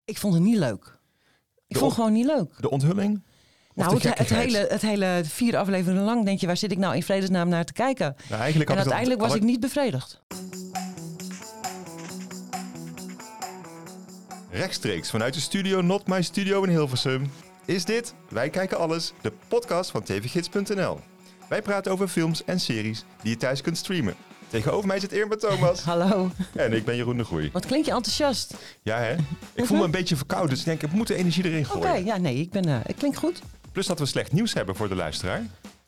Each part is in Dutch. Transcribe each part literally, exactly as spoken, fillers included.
Ik vond het niet leuk. Ik De vond het on- gewoon niet leuk. De onthulling? Of Nou, de het, het, gekkigheid? hele, het hele vier afleveringen lang denk je, waar zit ik nou in vredesnaam naar te kijken? Nou, eigenlijk En had ik dat- uiteindelijk was had ik niet bevredigd. Rechtstreeks vanuit de studio Not My Studio in Hilversum is dit Wij Kijken Alles, de podcast van tvgids punt n l. Wij praten over films en series die je thuis kunt streamen. Tegenover mij zit Irma Thomas. Hallo. En ik ben Jeroen de Groei. Wat klink je enthousiast? Ja, hè? Ik voel me een beetje verkouden, dus ik denk, ik moet de energie erin Oké, gooien. ja, nee, ik ben, uh, ik klink goed. Plus dat we slecht nieuws hebben voor de luisteraar.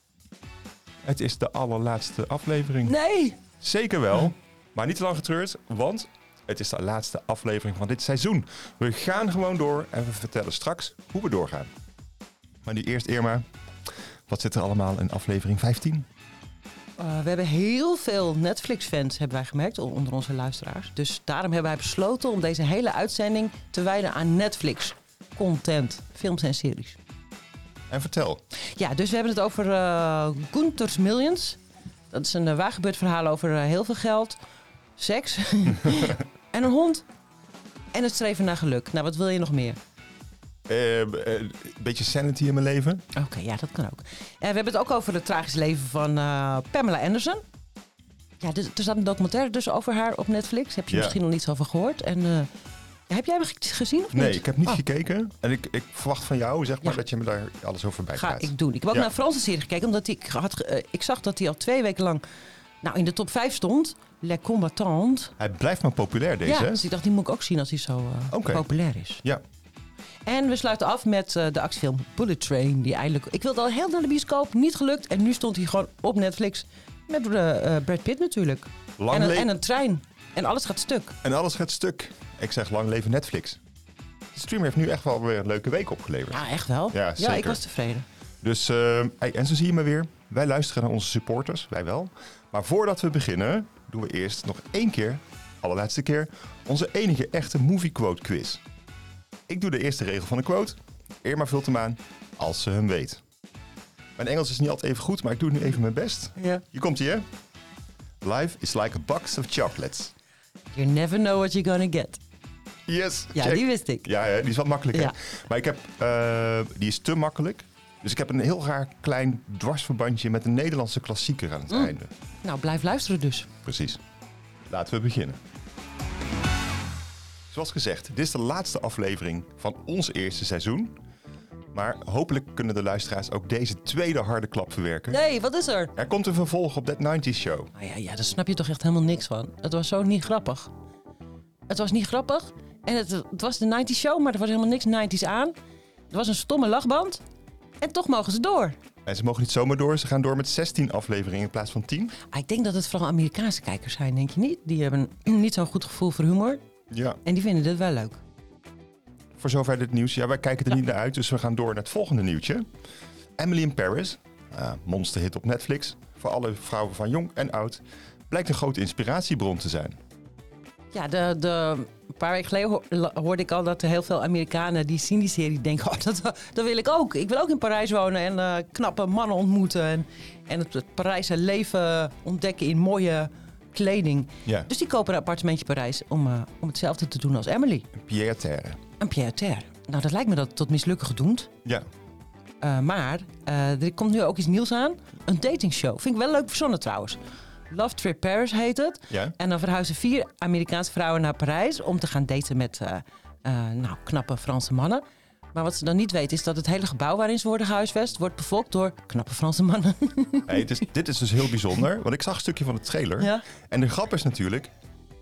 Het is de allerlaatste aflevering. Nee. Zeker wel, maar niet te lang getreurd, want het is de laatste aflevering van dit seizoen. We gaan gewoon door en we vertellen straks hoe we doorgaan. Maar nu eerst Irma, wat zit er allemaal in aflevering vijftien? Uh, we hebben heel veel Netflix-fans, hebben wij gemerkt, onder onze luisteraars. Dus daarom hebben wij besloten om deze hele uitzending te wijden aan Netflix-content, films en series. En vertel. Ja, dus we hebben het over uh, Gunther's Millions. Dat is een uh, waargebeurd verhaal over uh, heel veel geld, seks en een hond. En het streven naar geluk. Nou, wat wil je nog meer? Uh, uh, een beetje sanity in mijn leven. Oké, okay, ja, dat kan ook. En we hebben het ook over het tragische leven van uh, Pamela Anderson. Ja, dus, er staat een documentaire dus over haar op Netflix. Heb je ja. misschien nog niets over gehoord. En uh, heb jij hem gezien of niet? Nee, ik heb niet oh. gekeken. En ik, ik verwacht van jou, zeg maar, ja. dat je me daar alles over bij Ga praat. ik doen. Ik heb ook ja. naar een Franse serie gekeken. Omdat ik, had, uh, ik zag dat hij al twee weken lang nou, in de top vijf stond. Les Combattants. Hij blijft maar populair, deze. Ja, dus ik dacht, die moet ik ook zien als hij zo uh, okay. populair is. Ja. En we sluiten af met uh, de actiefilm Bullet Train. Die eindelijk, ik wilde al heel naar de bioscoop, niet gelukt. En nu stond hij gewoon op Netflix met uh, uh, Brad Pitt natuurlijk. Lang en, een, le- en een trein. En alles gaat stuk. En alles gaat stuk. Ik zeg lang leven Netflix. De streamer heeft nu echt wel weer een leuke week opgeleverd. Ja, echt wel. Ja, ja ik was tevreden. Dus, uh, hey, en zo zie je me weer. Wij luisteren naar onze supporters, wij wel. Maar voordat we beginnen, doen we eerst nog één keer, allerlaatste keer, onze enige echte movie quote quiz. Ik doe de eerste regel van de quote. Irma vult hem aan, als ze hem weet. Mijn Engels is niet altijd even goed, maar ik doe nu even mijn best. Ja. Hier komt ie, hè? Life is like a box of chocolates. You never know what you're gonna get. Yes, Ja, check. die wist ik. Ja, ja, die is wat makkelijker. Ja. Maar ik heb, uh, die is te makkelijk. Dus ik heb een heel raar klein dwarsverbandje met een Nederlandse klassieker aan het Mm. einde. Nou, blijf luisteren dus. Precies. Laten we beginnen. Zoals gezegd, dit is de laatste aflevering van ons eerste seizoen. Maar hopelijk kunnen de luisteraars ook deze tweede harde klap verwerken. Nee, wat is er? Er komt een vervolg op That nineties Show. Oh ja, ja, daar snap je toch echt helemaal niks van. Het was zo niet grappig. Het was niet grappig. En het, het was de nineties Show, maar er was helemaal niks nineties aan. Er was een stomme lachband. En toch mogen ze door. En ze mogen niet zomaar door. Ze gaan door met zestien afleveringen in plaats van tien. Ah, ik denk dat het vooral Amerikaanse kijkers zijn, denk je niet? Die hebben niet zo'n goed gevoel voor humor. Ja. En die vinden dit wel leuk. Voor zover dit nieuws. Ja, wij kijken er ja. niet naar uit, dus we gaan door naar het volgende nieuwtje. Emily in Paris, uh, monsterhit op Netflix, voor alle vrouwen van jong en oud, blijkt een grote inspiratiebron te zijn. Ja, de, de, een paar weken geleden ho- hoorde ik al dat er heel veel Amerikanen die zien die serie denken, oh, dat, dat wil ik ook. Ik wil ook in Parijs wonen en uh, knappe mannen ontmoeten en, en het, het Parijse leven ontdekken in mooie kleding. Ja. Dus die kopen een appartementje in Parijs om, uh, om hetzelfde te doen als Emily. Een pied-à-terre. Een pied-à-terre. Nou, dat lijkt me dat tot mislukken gedoemd. Ja. Uh, maar uh, er komt nu ook iets nieuws aan. Een datingshow. Vind ik wel leuk verzonnen trouwens. Love Trip Paris heet het. Ja. En dan verhuizen vier Amerikaanse vrouwen naar Parijs om te gaan daten met uh, uh, nou, knappe Franse mannen. Maar wat ze dan niet weten is dat het hele gebouw waarin ze worden gehuisvest wordt bevolkt door knappe Franse mannen. Hey, het is, dit is dus heel bijzonder, want ik zag een stukje van de trailer. Ja. En de grap is natuurlijk,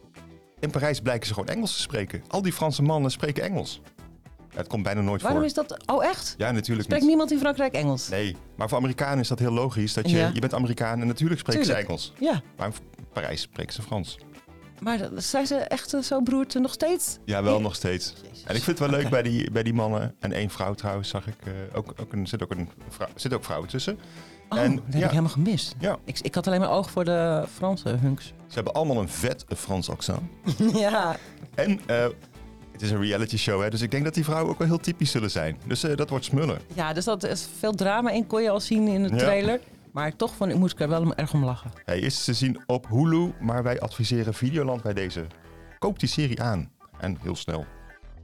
in Parijs blijken ze gewoon Engels te spreken. Al die Franse mannen spreken Engels. Ja, het komt bijna nooit Waarom voor. is dat? Oh, echt? Ja, natuurlijk Spreekt niet. niemand in Frankrijk Engels? Nee, maar voor Amerikanen is dat heel logisch. Dat je, Ja. je bent Amerikaan en natuurlijk spreken Tuurlijk. ze Engels. Ja. Maar in Parijs spreken ze Frans. Maar zijn ze echt uh, zo beroerd nog steeds? Ja, wel Ja. nog steeds. Jezus. En ik vind het wel leuk Oké. bij, die, bij die mannen. En één vrouw trouwens, zag ik. Uh, ook, ook een, zit ook een vrouw, zit ook vrouwen tussen. Oh, En, dat heb ja. ik helemaal gemist. Ja, Ik, ik had alleen maar oog voor de Franse hunks. ze hebben allemaal een vet een Frans accent. Ja. En uh, het is een reality show, hè, dus ik denk dat die vrouwen ook wel heel typisch zullen zijn. Dus uh, dat wordt smullen. Ja, dus dat is veel drama in, kon je al zien in de Ja. trailer. Maar toch van, ik moest ik er wel erg om lachen. Hij is te zien op Hulu, maar wij adviseren Videoland bij deze. Koop die serie aan. En heel snel.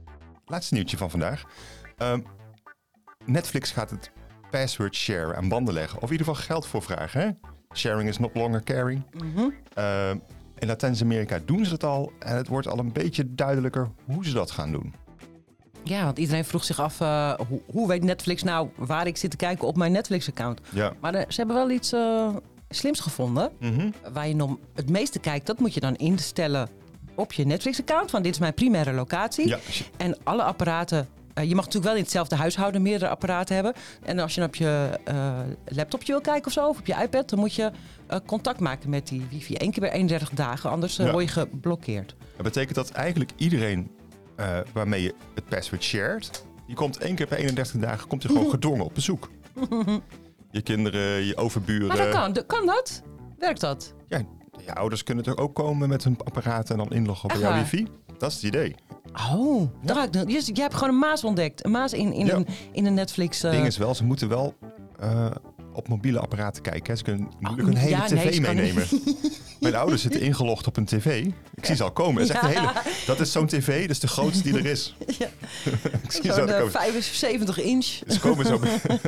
laatste nieuwtje van vandaag. Uh, Netflix gaat het password share aan banden leggen. Of in ieder geval geld voor vragen. Hè? Sharing is not longer caring. Mm-hmm. Uh, in Latijns-Amerika doen ze het al. En het wordt al een beetje duidelijker hoe ze dat gaan doen. Ja, want iedereen vroeg zich af, uh, hoe, hoe weet Netflix nou waar ik zit te kijken op mijn Netflix-account? Ja. Maar uh, ze hebben wel iets uh, slims gevonden. Mm-hmm. Waar je nog het meeste kijkt, dat moet je dan instellen op je Netflix-account. Want dit is mijn primaire locatie. Ja. En alle apparaten... Uh, je mag natuurlijk wel in hetzelfde huishouden meerdere apparaten hebben. En als je dan op je uh, laptopje wil kijken of zo, of op je iPad, dan moet je uh, contact maken met die wifi. Eén keer per eenendertig dagen, anders uh, ja. word je geblokkeerd. Dat betekent dat eigenlijk iedereen uh, waarmee je het password shared, die komt één keer per eenendertig dagen komt je gewoon gedwongen op bezoek. Je kinderen, je overburen. Maar dat kan. De, kan dat? Werkt dat? Ja, je ouders kunnen er ook komen met hun apparaat en dan inloggen op Echt jouw waar? wifi. Dat is het idee. Oh, Ja. daar had ik, dus, jij hebt gewoon een maas ontdekt. Een maas in, in, Ja. een, in een Netflix... Het Uh... ding is wel, ze moeten wel uh, op mobiele apparaten kijken. Hè. Ze kunnen moeilijk Oh, een hele ja, tv nee, ze kan meenemen. Mijn ouders zitten ingelogd op een tv. Ik zie ze al komen. Dat is, echt Ja. een hele, dat is zo'n tv, dat is de grootste die er is. Ja. Ik zie ze Zo'n al uh, komen. vijfenzeventig inch. Ze komen zo.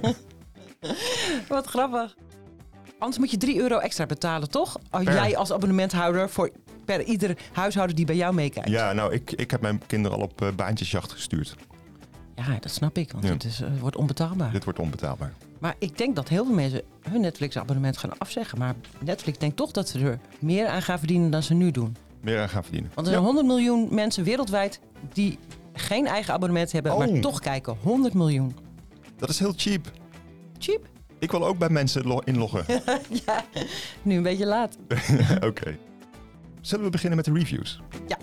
Wat grappig. Anders moet je drie euro extra betalen, toch? Als Per. jij als abonnementhouder voor per ieder huishouden die bij jou meekijkt. Ja, nou, ik, ik heb mijn kinderen al op uh, baantjesjacht gestuurd. Ja, dat snap ik, want Ja. het is, uh, wordt onbetaalbaar. Dit wordt onbetaalbaar. Maar ik denk dat heel veel mensen hun Netflix-abonnement gaan afzeggen. Maar Netflix denkt toch dat ze er meer aan gaan verdienen dan ze nu doen. Meer aan gaan verdienen. Want er zijn Ja. honderd miljoen mensen wereldwijd die geen eigen abonnement hebben, Oh. maar toch kijken. honderd miljoen. Dat is heel cheap. Cheap? Ik wil ook bij mensen lo- inloggen. Ja, nu een beetje laat. Oké. Okay. Zullen we beginnen met de reviews? Ja.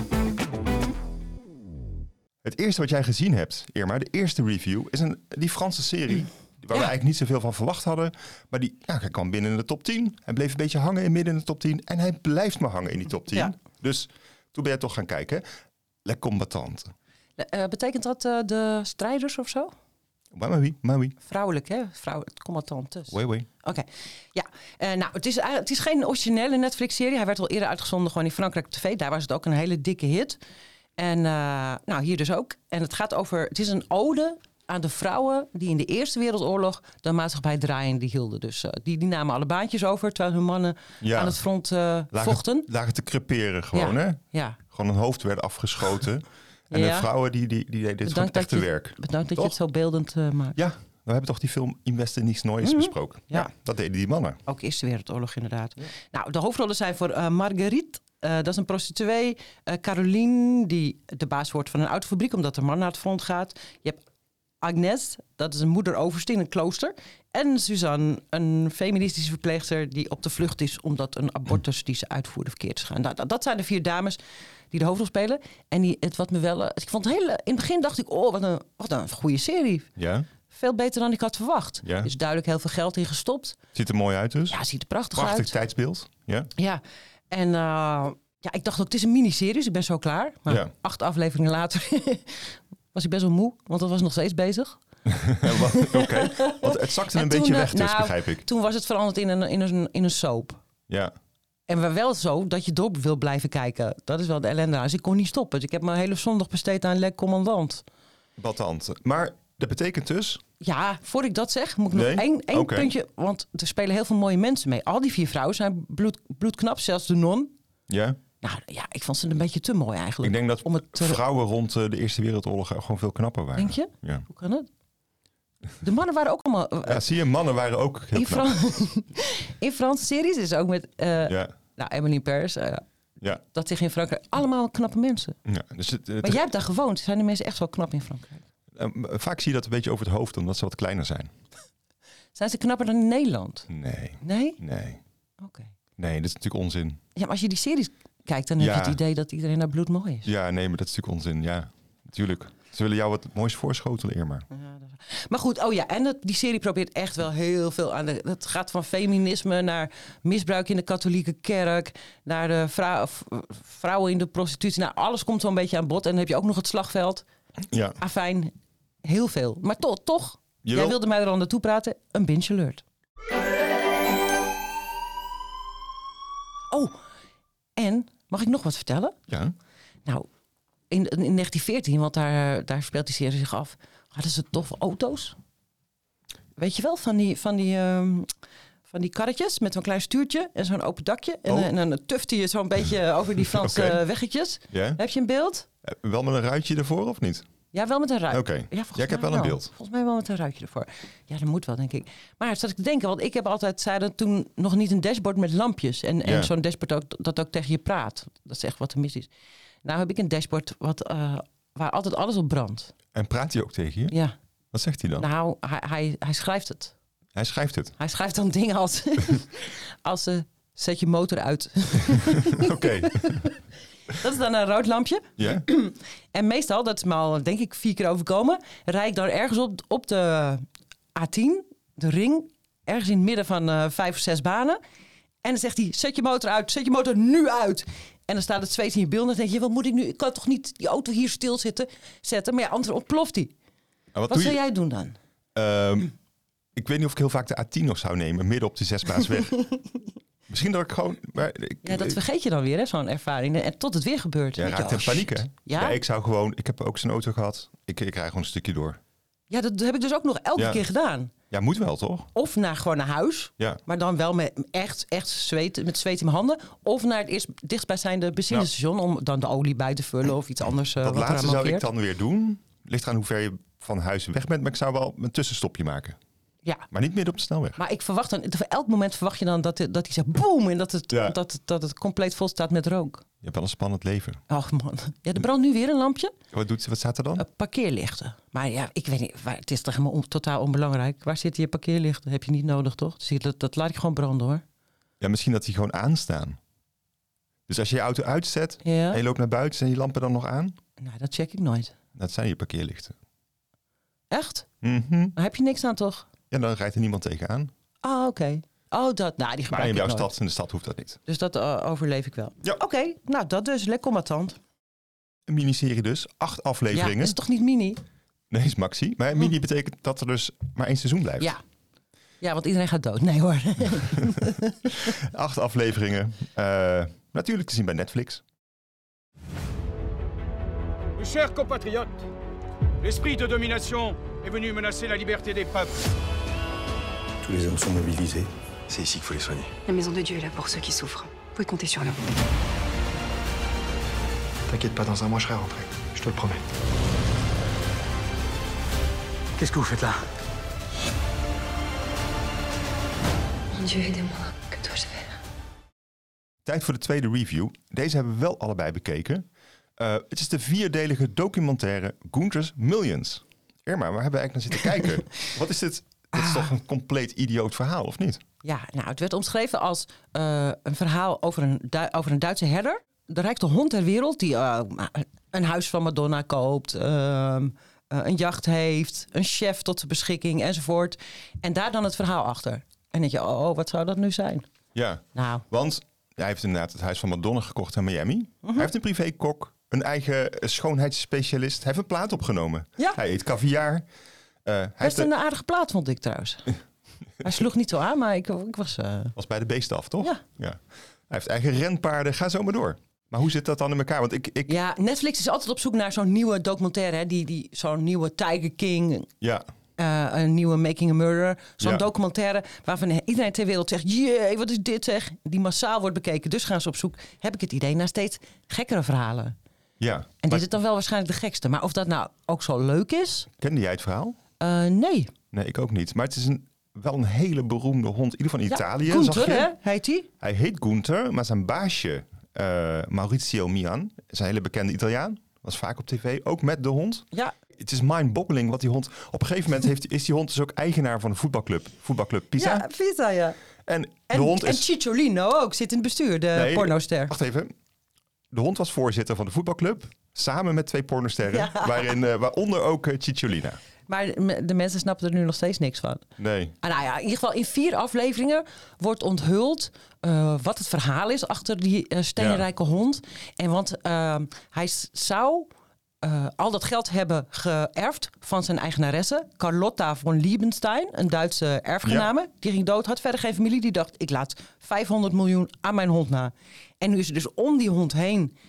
Het eerste wat jij gezien hebt, Irma, de eerste review, is een, die Franse serie. Waar Ja. we eigenlijk niet zoveel van verwacht hadden. Maar die ja, hij kwam binnen in de top tien. Hij bleef een beetje hangen in midden in de top tien. En hij blijft maar hangen in die top tien. Ja. Dus toen ben je toch gaan kijken. Le Combattant. Uh, betekent dat uh, de strijders of zo? Maar oui, maar oui. Vrouwelijk, hè? Vrouw, combattantes. Oui, oui. Oké, okay. ja. Uh, nou, het is, uh, het is geen originele Netflix-serie. Hij werd al eerder uitgezonden gewoon in Frankrijk op tv. Daar was het ook een hele dikke hit. En uh, nou, hier dus ook. En het gaat over... Het is een ode aan de vrouwen die in de Eerste Wereldoorlog de maatschappij draaiende die hielden. Dus uh, die, die namen alle baantjes over, terwijl hun mannen Ja. aan het front uh, Lagen, vochten. lagen te creperen gewoon, Ja. hè? Ja. Gewoon een hoofd werd afgeschoten. En Ja. de vrouwen die, die, die deden dit gewoon Bedankt dat echte je- werk. Bedankt dat Toch? je het zo beeldend uh, maakt. Ja, we hebben toch die film Invest in Niets Noois Mhm. besproken. Ja. Ja. dat deden die mannen. Ook Eerste Wereldoorlog inderdaad. Nou, de hoofdrollen zijn voor uh, Marguerite. Uh, dat is een prostituee. Uh, Caroline, die de baas wordt van een autofabriek omdat de man naar het front gaat. Je hebt Agnès, dat is een moeder overste in een klooster. En Suzanne, een feministische verpleegster die op de vlucht is omdat een abortus die ze uitvoerde verkeerd is gegaan. Nou, dat, dat zijn de vier dames die de hoofdrol spelen. En die, het wat me wel... uh, Ik vond het hele... In het begin dacht ik, oh, wat een, wat een goede serie. Ja, Veel beter dan ik had verwacht. Ja. Er is duidelijk heel veel geld in gestopt. ziet er mooi uit dus. Ja, ziet er prachtig Prachtig uit. tijdsbeeld. Ja. Ja, en uh, ja, ik dacht ook, het is een miniserie, dus ik ben zo klaar. Maar Ja. acht afleveringen later was ik best wel moe, want dat was nog steeds bezig. Oké, okay. Want het zakte En een toen, beetje uh, weg dus, nou, begrijp ik. Toen was het veranderd in een, in een, in een soap. Ja, En maar wel zo dat je door wil blijven kijken. Dat is wel de ellende. Dus ik kon niet stoppen. Dus ik heb mijn hele zondag besteed aan Le Commandant. batant. Maar dat betekent dus... Ja, voor ik dat zeg, moet ik Nee? nog één, één Oké. puntje. Want er spelen heel veel mooie mensen mee. Al die vier vrouwen zijn bloed, bloedknap, zelfs de non. Ja, Nou ja, ik vond ze een beetje te mooi eigenlijk. ik denk dat Om het te- vrouwen rond uh, de Eerste Wereldoorlog gewoon veel knapper waren. Denk je? Ja. Hoe kan het? De mannen waren ook allemaal... uh, Ja, zie je, mannen waren ook heel in, knap. Fran- in Franse series is ook met uh, Ja, nou, Emily in Paris. Uh, ja, dat zich in Frankrijk allemaal knappe mensen. ja. Dus het, het- Maar jij hebt daar gewoond. Zijn de mensen echt wel knap in Frankrijk? uh, vaak zie je dat een beetje over het hoofd, omdat ze wat kleiner zijn. Zijn ze knapper dan in Nederland? Nee, Nee? nee. Oké. Nee, dat is natuurlijk onzin. Ja, maar als je die series kijkt, dan heb Ja. je het idee dat iedereen daar bloedmooi is. Ja, nee, maar dat is natuurlijk onzin. Ja, natuurlijk. Ze willen jou wat moois voorschotelen, Irma. Ja, dat is- Maar goed, oh ja, en het, die serie probeert echt wel heel veel aan de... Het gaat van feminisme naar misbruik in de katholieke kerk... naar de vrou- v- vrouwen in de prostitutie. Nou, alles komt zo'n beetje aan bod. En dan heb je ook nog het slagveld. Ja, Afijn, heel veel. Maar toch, toch je jij wil- wilde mij er al naartoe praten. Een binge alert. Oh, en mag ik nog wat vertellen? Ja, Nou, in, in negentien veertien, want daar, daar speelt die serie zich af, hadden ze toffe auto's. Weet je wel, van die, van die, um, van die karretjes met zo'n klein stuurtje en zo'n open dakje. En, Oh. en dan tufte je zo'n beetje over die Franse Oké. weggetjes. Ja? Heb je een beeld? Uh, wel met een ruitje ervoor of niet? Ja, wel met een ruitje. Oké. Ja, volgens Ja, ik heb mij wel een beeld. Volgens mij wel met een ruitje ervoor. Ja, dat moet wel, denk ik. Maar zat ik te denken, want ik heb altijd, zeiden toen nog niet een dashboard met lampjes. En, Ja. en zo'n dashboard ook, dat ook tegen je praat. Dat is echt wat er mis is. Nou heb ik een dashboard wat, uh, waar altijd alles op brandt. En praat hij ook tegen je? Ja. Wat zegt hij dan? Nou, hij, hij, hij schrijft het. Hij schrijft het. Hij schrijft dan dingen als, als uh, zet je motor uit. Oké. Okay. Dat is dan een rood lampje. Ja. En meestal, dat is me al denk ik vier keer overkomen, rijd ik dan ergens op, op de A tien, de ring, ergens in het midden van uh, vijf of zes banen. En dan zegt hij, zet je motor uit, zet je motor nu uit. En dan staat het zweet in je beeld en dan denk je, wat moet ik nu? Ik kan toch niet die auto hier stilzetten, zetten, maar ja, anders ontploft hij. Wat, wat zou je... jij doen dan? Um, ik weet niet of ik heel vaak de A tien nog zou nemen, midden op die zesbaansweg. Misschien dat ik gewoon... Maar ik, ja, dat vergeet je dan weer, hè, zo'n ervaring. En tot het weer gebeurt. Ja, raakt in oh, paniek, hè? Ja? Nee, ik zou gewoon... Ik heb ook zo'n auto gehad. Ik, ik rij gewoon een stukje door. Ja, dat heb ik dus ook nog elke ja. keer gedaan. Ja, moet wel, toch? Of naar gewoon naar huis. Ja. Maar dan wel met echt, echt zweet, met zweet in mijn handen. Of naar het eerst dichtstbijzijnde benzinestation... Ja. om dan de olie bij te vullen of iets anders. Uh, dat wat laatste zou ik dan weer doen. Ligt eraan hoe ver je van huis weg bent. Maar ik zou wel een tussenstopje maken. Ja. Maar niet midden op de snelweg. Maar ik verwacht dan, voor elk moment verwacht je dan dat, dat hij zegt boem en dat het, ja. dat, het, dat het compleet vol staat met rook. Je hebt wel een spannend leven. Och man. Ja, er brandt nu weer een lampje. Wat, doet, wat staat er dan? Uh, parkeerlichten. Maar ja, ik weet niet, waar, het is toch helemaal on, totaal onbelangrijk. Waar zitten je parkeerlichten? Heb je niet nodig, toch? Dus dat, dat laat ik gewoon branden, hoor. Ja, misschien dat die gewoon aanstaan. Dus als je je auto uitzet ja. en je loopt naar buiten, zijn die lampen dan nog aan? Nou, dat check ik nooit. Dat zijn je parkeerlichten. Echt? Mm-hmm. Daar heb je niks aan, toch? Ja, dan rijdt er niemand tegenaan. Ah, oké. Okay. Oh, dat. Nou, die gebruik maar in jouw ik nooit. stad, in de stad hoeft dat niet. Dus dat uh, overleef ik wel. Ja. Oké, okay, nou dat dus. Lekker combatant. Een miniserie dus. Acht afleveringen. Ja, dat is toch niet mini? Nee, is maxi. Maar mini hm. betekent dat er dus maar één seizoen blijft. Ja. Ja, want iedereen gaat dood. Nee hoor. Acht afleveringen. Uh, natuurlijk te zien bij Netflix. Mes chers compatriotes, l'esprit de domination est venu menacer la liberté des peuples. Tous les hommes sont mobilisés. C'est ici qu'il faut les soigner. La maison de Dieu est là pour ceux qui souffrent. Vous pouvez compter sur nous. T'inquiète pas, dans un mois, je serai rentré. Je te le promets. Qu'est-ce que vous faites là? Mon Dieu, aidez-moi. Que dois-je faire? Tijd voor de tweede review. Deze hebben we wel allebei bekeken. Uh, het is de vierdelige documentaire Gunther's Millions. Irma, waar hebben we eigenlijk naar zitten kijken? Wat is dit? Dit is toch een compleet idioot verhaal, of niet? Ja, nou, het werd omschreven als uh, een verhaal over een, Du- over een Duitse herder. De rijkste hond ter wereld die uh, een huis van Madonna koopt, uh, uh, een jacht heeft, een chef tot zijn beschikking enzovoort. En daar dan het verhaal achter. En dan denk je, oh, wat zou dat nu zijn? Ja, nou. Want hij heeft inderdaad het huis van Madonna gekocht in Miami. Uh-huh. Hij heeft een privékok, een eigen schoonheidsspecialist. Hij heeft een plaat opgenomen. Ja. Hij eet caviar. Uh, hij Best een de... aardige plaat, vond ik trouwens. Hij sloeg niet zo aan, maar ik, ik was... Uh... Was bij de beesten af, toch? Ja. ja. Hij heeft eigen renpaarden. Ga zo maar door. Maar hoe zit dat dan in elkaar? Want ik, ik... Ja, Netflix is altijd op zoek naar zo'n nieuwe documentaire. Hè? Die, die, zo'n nieuwe Tiger King. Ja. Uh, een nieuwe Making a Murderer. Zo'n ja. documentaire waarvan iedereen ter wereld zegt... jee, wat is dit zeg? Die massaal wordt bekeken. Dus gaan ze op zoek, heb ik het idee, naar steeds gekkere verhalen. Ja. En dit maar... is dan wel waarschijnlijk de gekste. Maar of dat nou ook zo leuk is... Kende jij het verhaal? Uh, nee. Nee, ik ook niet. Maar het is een, wel een hele beroemde hond. In ieder geval in Italië. Ja, Gunther, zag je? Hè? Heet hij? Hij heet Gunther, maar zijn baasje... Uh, Maurizio Mian, is een hele bekende Italiaan. Was vaak op tv, ook met de hond. Ja. Het is mind-boggling wat die hond... Op een gegeven moment heeft, is die hond dus ook eigenaar van een voetbalclub. Voetbalclub Pisa. Ja, Pisa, ja. En, de en, hond en is... Cicciolino ook, zit in het bestuur, de nee, pornoster. Wacht even. De hond was voorzitter van de voetbalclub. Samen met twee pornosterren. Ja. Waarin, uh, waaronder ook uh, Cicciolina. Maar de mensen snappen er nu nog steeds niks van. Nee. Ah, nou ja, in ieder geval in vier afleveringen wordt onthuld uh, wat het verhaal is achter die uh, steenrijke ja. hond. En want uh, hij zou uh, al dat geld hebben geërfd van zijn eigenaresse, Carlotta von Liebenstein, een Duitse erfgename. Ja. Die ging dood, had verder geen familie. Die dacht, ik laat vijfhonderd miljoen aan mijn hond na. En nu is er dus om die hond heen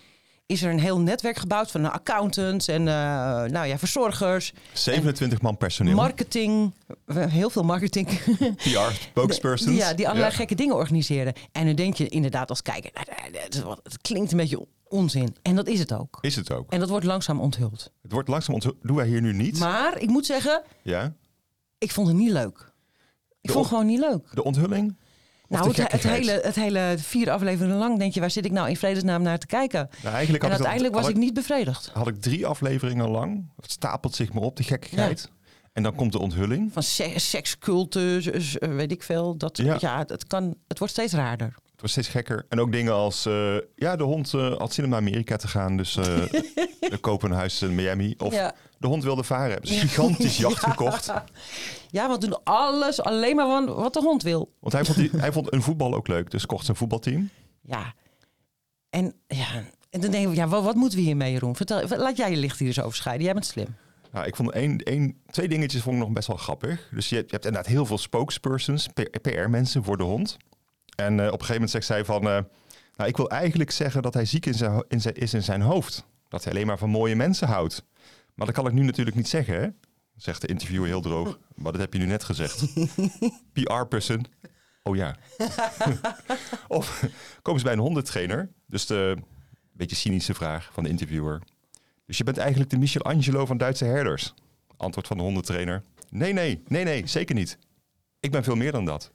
is er een heel netwerk gebouwd van accountants en uh, nou ja, verzorgers. zevenentwintig man personeel. Marketing, heel veel marketing. P R, spokespersons. Ja, die allerlei ja. gekke dingen organiseren. En dan denk je inderdaad als kijker, het klinkt een beetje onzin. En dat is het ook. Is het ook. En dat wordt langzaam onthuld. Het wordt langzaam onthuld. Doen wij hier nu niet. Maar ik moet zeggen, ja? ik vond het niet leuk. Ik de vond het gewoon niet leuk. De onthulling? Nou, het, het, hele, het hele vier afleveringen lang denk je, waar zit ik nou in vredesnaam naar te kijken? Nou, eigenlijk en uiteindelijk had was ik, ik niet bevredigd. Had ik drie afleveringen lang. Het stapelt zich maar op, de gekkigheid. Ja. En dan komt de onthulling. Van se- sekscultus, weet ik veel. Dat, ja. Ja, het, kan, het wordt steeds raarder. Het wordt steeds gekker. En ook dingen als... Uh, ja, de hond uh, had zin om naar Amerika te gaan. Dus uh, we kopen een huis in Miami. Of ja. de hond wilde varen. Hebben ze een gigantisch jacht ja. gekocht. Ja, want doen alles alleen maar van wat de hond wil. Want hij vond, die, hij vond een voetbal ook leuk. Dus kocht zijn voetbalteam. Ja. En, ja. en dan denk ik, ja, wat, wat moeten we hiermee, Jeroen? Vertel, laat jij je licht hier eens over scheiden. Jij bent slim. Nou, ik vond één, één, twee dingetjes vond ik nog best wel grappig. Dus je hebt, je hebt inderdaad heel veel spokespersons, P R-mensen voor de hond. En uh, op een gegeven moment zegt zij van... Uh, nou, ik wil eigenlijk zeggen dat hij ziek in zijn, in zijn, is in zijn hoofd. Dat hij alleen maar van mooie mensen houdt. Maar dat kan ik nu natuurlijk niet zeggen, hè? Zegt de interviewer heel droog. Maar dat heb je nu net gezegd. P R-person. Oh ja. Of komen ze bij een hondentrainer. Dus de beetje cynische vraag van de interviewer. Dus je bent eigenlijk de Michelangelo van Duitse herders? Antwoord van de hondentrainer. Nee, nee, nee, nee, zeker niet. Ik ben veel meer dan dat.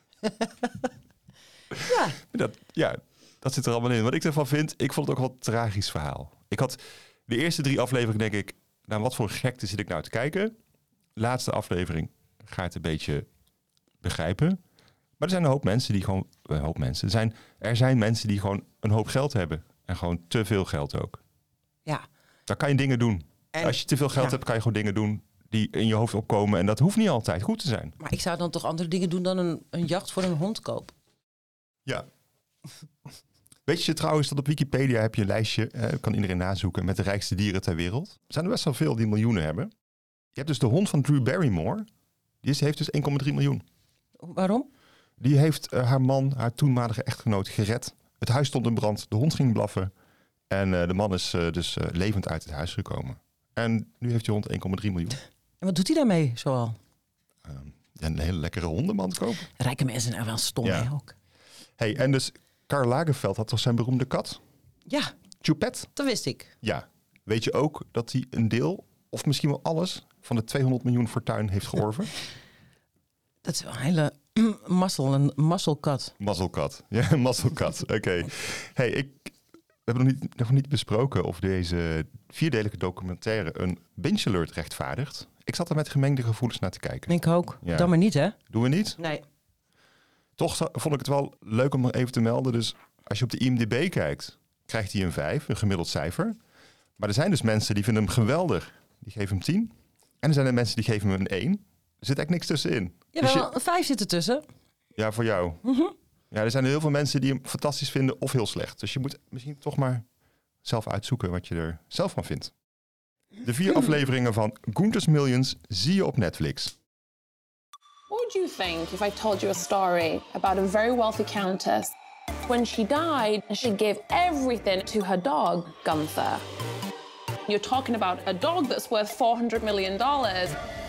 Ja. Dat, ja, dat zit er allemaal in. Wat ik ervan vind, ik vond het ook wel een tragisch verhaal. Ik had de eerste drie afleveringen, denk ik... Nou, wat voor gekte zit ik nou te kijken? Laatste aflevering ga je het een beetje begrijpen. Maar er zijn een hoop mensen die gewoon... Een hoop mensen. Er zijn, er zijn mensen die gewoon een hoop geld hebben. En gewoon te veel geld ook. Ja. Dan kan je dingen doen. En, Als je te veel geld ja. hebt, kan je gewoon dingen doen... die in je hoofd opkomen. En dat hoeft niet altijd goed te zijn. Maar ik zou dan toch andere dingen doen dan een, een jacht voor een hond kopen? Ja. Weet je trouwens dat op Wikipedia heb je een lijstje... Eh, kan iedereen nazoeken met de rijkste dieren ter wereld. Er zijn er best wel veel die miljoenen hebben. Je hebt dus de hond van Drew Barrymore. Die is, heeft dus één komma drie miljoen. Waarom? Die heeft uh, haar man, haar toenmalige echtgenoot, gered. Het huis stond in brand, de hond ging blaffen. En uh, de man is uh, dus uh, levend uit het huis gekomen. En nu heeft die hond één komma drie miljoen. En wat doet hij daarmee zoal? Uh, een hele lekkere hondenmand kopen. Rijke mensen zijn wel stom, ja. Hè, ook. Hey, en dus Karl Lagerfeld had toch zijn beroemde kat? Ja. Choupette? Dat wist ik. Ja. Weet je ook dat hij een deel, of misschien wel alles... van de tweehonderd miljoen fortuin heeft georven? Dat is wel een hele mazzel, een mazzelkat. Mazzelkat. Ja, een mazzelkat. Oké. Okay. Hey, ik... We hebben nog niet, nog niet besproken of deze vierdelige documentaire een binge alert rechtvaardigt. Ik zat er met gemengde gevoelens naar te kijken. Ik ook. Ja. Dan maar niet, hè? Doen we niet? Nee. Toch vond ik het wel leuk om nog even te melden. Dus als je op de I M D B kijkt, krijgt hij een vijf, een gemiddeld cijfer. Maar er zijn dus mensen die vinden hem geweldig. Die geven hem tien. En er zijn er mensen die geven hem een één. Er zit echt niks tussenin. Jawel, dus je... een vijf zit ertussen. Ja, voor jou. Mm-hmm. Ja, er zijn heel veel mensen die hem fantastisch vinden of heel slecht. Dus je moet misschien toch maar zelf uitzoeken wat je er zelf van vindt. De vier afleveringen van Gunther's Millions zie je op Netflix. What would you think if I told you a story about a very wealthy countess? When she died, she gave everything to her dog, Gunther. You're talking about a dog that's worth four hundred million dollars.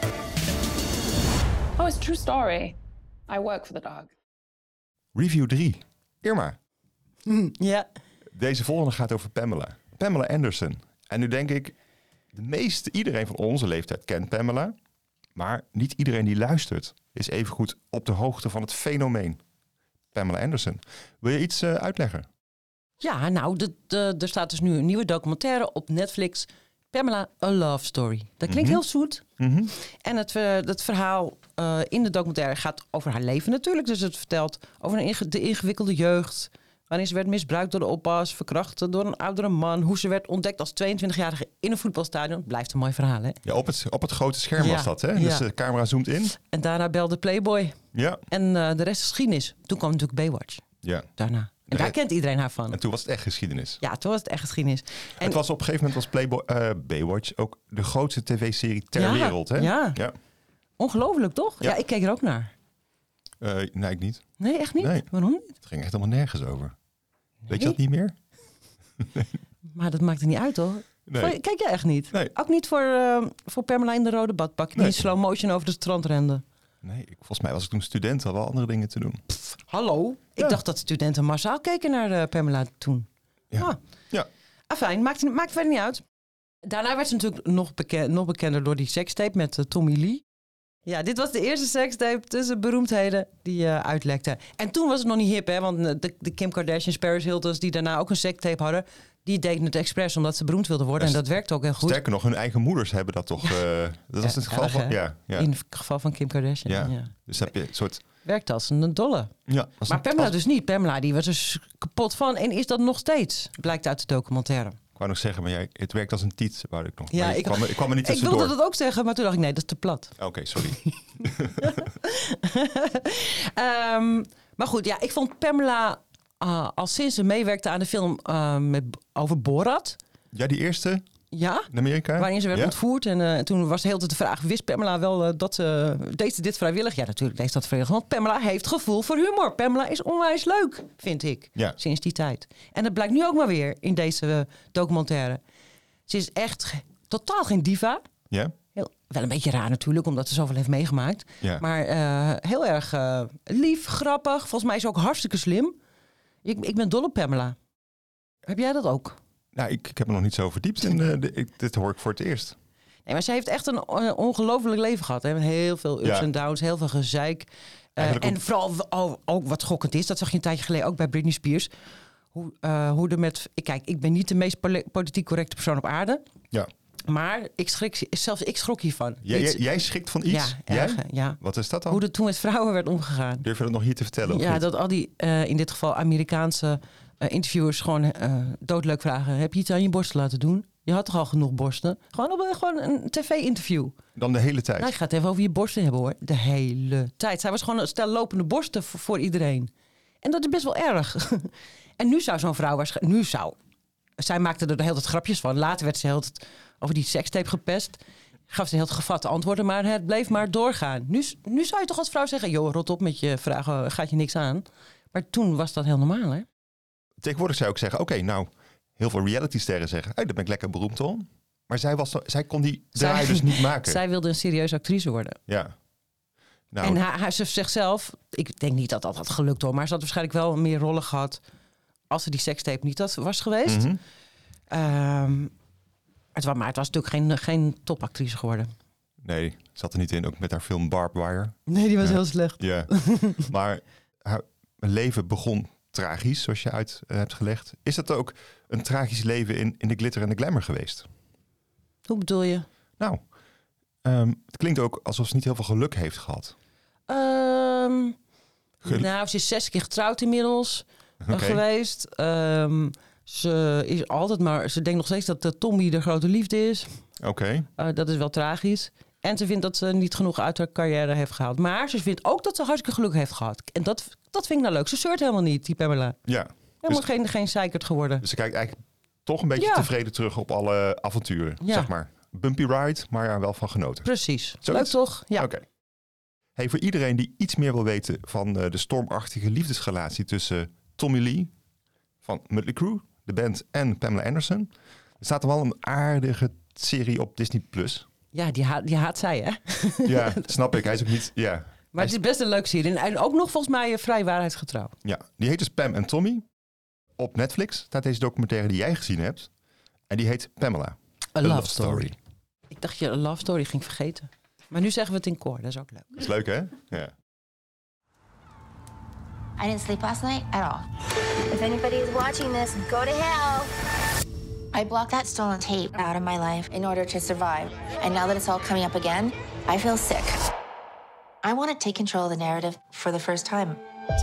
Oh, it's a true story. I work for the dog. Review drie. Irma. Mm, ja. Deze volgende gaat over Pamela. Pamela Anderson. En nu denk ik, de meeste, iedereen van onze leeftijd kent Pamela. Maar niet iedereen die luistert is even goed op de hoogte van het fenomeen Pamela Anderson. Wil je iets uh, uitleggen? Ja, nou, de, de, er staat dus nu een nieuwe documentaire op Netflix. Pamela, A Love Story. Dat klinkt mm-hmm. heel zoet. Mm-hmm. En het, uh, het verhaal uh, in de documentaire gaat over haar leven natuurlijk. Dus het vertelt over een inge- de ingewikkelde jeugd. Wanneer ze werd misbruikt door de oppas, verkracht door een oudere man. Hoe ze werd ontdekt als tweeëntwintigjarige in een voetbalstadion. Blijft een mooi verhaal, hè? Ja, op het, op het grote scherm ja, was dat, hè? Ja. Dus de camera zoomt in. En daarna belde Playboy. Ja. En uh, de rest is geschiedenis. Toen kwam natuurlijk Baywatch. Ja. Daarna. En daar kent iedereen haar van. En toen was het echt geschiedenis. Ja, toen was het echt geschiedenis. En het was op een gegeven moment was Playboy, uh, Baywatch ook de grootste tv-serie ter ja, wereld, hè? Ja. ja. Ongelooflijk, toch? Ja. ja, ik keek er ook naar. Uh, nee, ik niet. Nee, echt niet? Nee. Waarom niet? Het ging echt helemaal nergens over. Weet nee. je dat niet meer? Maar dat maakt er niet uit, hoor. Nee. Voor- Kijk jij echt niet? Nee. Ook niet voor, uh, voor Pamela in de rode badpak. Die Nee. in slow motion over de strand rende. Nee, ik, volgens mij was ik toen student, had wel andere dingen te doen. Hallo? Ja. Ik dacht dat studenten massaal keken naar uh, Pamela toen. Ja. Ah. Ja. Afijn, maakt, maakt verder niet uit. Daarna werd ze natuurlijk nog, beken, nog bekender door die sekstape met uh, Tommy Lee. Ja, dit was de eerste sekstape tussen beroemdheden die uh, uitlekte. En toen was het nog niet hip, hè? Want de, de Kim Kardashians, Paris Hiltons, die daarna ook een sekstape hadden, die deden het expres omdat ze beroemd wilden worden. Ja, en dat werkte ook heel goed. Sterker nog, hun eigen moeders hebben dat toch... Uh, dat was Ja, het geval erg, van... hè? Ja, ja. In het geval van Kim Kardashian. Ja. Ja. Dus heb je een soort... Werkt als een dolle. Ja, als Maar een- Pamela als- dus niet. Pamela die was dus kapot van en is dat nog steeds. Blijkt uit de documentaire. Ik wou nog zeggen, maar jij, het werkt als een tiet, wou ik nog. Ja, Maar ik- ik, kwam, er- ik kwam er niet Ik tussendoor. wilde dat ook zeggen, maar toen dacht ik nee, dat is te plat. Oké, sorry. um, maar goed, ja, ik vond Pamela uh, al sinds ze meewerkte aan de film uh, met, over Borat. Ja, die eerste Ja, in Amerika? waarin ze werd ja? ontvoerd. En uh, toen was de hele tijd de vraag, wist Pamela wel uh, dat ze... Deed ze dit vrijwillig? Ja, natuurlijk deed ze dat vrijwillig. Want Pamela heeft gevoel voor humor. Pamela is onwijs leuk, vind ik. Ja. Sinds die tijd. En dat blijkt nu ook maar weer in deze uh, documentaire. Ze is echt ge- totaal geen diva. Ja? Heel, wel een beetje raar natuurlijk, omdat ze zoveel heeft meegemaakt. Ja. Maar uh, heel erg uh, lief, grappig. Volgens mij is ze ook hartstikke slim. Ik, ik ben dol op Pamela. Heb jij dat ook? Nou, ik, ik heb me nog niet zo verdiept in de, de, ik, dit hoor ik voor het eerst. Nee, maar ze heeft echt een uh, ongelooflijk leven gehad. Hè? Met heel veel ups Ja. en downs, heel veel gezeik. Uh, Eigenlijk en ook- vooral oh, ook wat schokkend is, dat zag je een tijdje geleden ook bij Britney Spears. Hoe, uh, hoe er met... Kijk, ik ben niet de meest poli- politiek correcte persoon op aarde. Ja. Maar ik schrik, zelfs ik schrok hiervan. Jij, Iets- jij, jij schikt van iets? Ja, Jij? erg, ja. Wat is dat dan? Hoe er toen met vrouwen werd omgegaan. Durf je dat nog hier te vertellen? of Ja, niet? dat al die, uh, in dit geval Amerikaanse uh, interviewers gewoon uh, doodleuk vragen. Heb je iets aan je borsten laten doen? Je had toch al genoeg borsten? Gewoon op een, gewoon een tv-interview. Dan de hele tijd? Nou, ik ga het even over je borsten hebben, hoor. De hele tijd. Zij was gewoon een stel lopende borsten voor, voor iedereen. En dat is best wel erg. En nu zou zo'n vrouw waarschijnlijk... Nu zou... Zij maakte er de hele tijd grapjes van. Later werd ze heel tijd over die sekstape gepest. Gaf ze heel gevatte antwoorden, maar het bleef maar doorgaan. Nu, nu zou je toch als vrouw zeggen... joh, rot op met je vragen, gaat je niks aan. Maar toen was dat heel normaal, hè? Tegenwoordig zou ik zeggen, oké, okay, nou, heel veel realitysterren zeggen, hey, daar ben ik lekker beroemd om. Maar zij, was, zij kon die draai Zij- dus niet maken. Zij wilde een serieuze actrice worden. Ja. Nou, En haar, haar, ze zegt zelf... Ik denk niet dat dat had gelukt, hoor. Maar ze had waarschijnlijk wel meer rollen gehad... als ze die sekstape niet had, was geweest. mhm. Um, het was, maar het was natuurlijk geen, geen topactrice geworden. Nee, zat er niet in, ook met haar film Barbed Wire. Nee, die was Ja. heel slecht. Ja. Maar haar leven begon tragisch, zoals je uit uh, hebt gelegd. Is dat ook een tragisch leven in, in de glitter en de glamour geweest? Hoe bedoel je? Nou, um, het klinkt ook alsof ze niet heel veel geluk heeft gehad. Um, Gel- nou, ze is zes keer getrouwd inmiddels uh, Oké. geweest. Um, ze is altijd maar... Ze denkt nog steeds dat uh, Tommy de grote liefde is. Oké. Okay. Uh, dat is wel tragisch. En ze vindt dat ze niet genoeg uit haar carrière heeft gehaald. Maar ze vindt ook dat ze hartstikke geluk heeft gehad. En dat, dat vind ik nou leuk. Ze zeurt helemaal niet, die Pamela. Ja. Helemaal Dus, geen, geen zeikert geworden. dus ze kijkt eigenlijk toch een beetje Ja. tevreden terug op alle avonturen. Ja. Zeg maar. Bumpy ride, maar ja, wel van genoten. Precies. Zoiets? Leuk toch? Ja. Oké. Okay. Hey, voor iedereen die iets meer wil weten van uh, de stormachtige liefdesrelatie tussen Tommy Lee van Mötley Crüe, de band, en Pamela Anderson. Er staat er wel een aardige serie op Disney Plus. Ja, die haat, die haat zij, hè? Ja, snap ik. Hij is ook niet... Ja, Maar het is best een leuk serie. En ook nog volgens mij vrij waarheidsgetrouw. ja, die heet dus Pam en Tommy. Op Netflix staat deze documentaire die jij gezien hebt. En die heet Pamela. A Love Story. Ik dacht je een love story ging vergeten. Maar nu zeggen we het in koor. Dat is ook leuk. Dat is leuk, hè? Ja. I didn't sleep last night at all. If anybody is watching this, go to hell. I blocked that stolen tape out of my life in order to survive. And now that it's all coming up again, I feel sick. I want to take control of the narrative for the first time.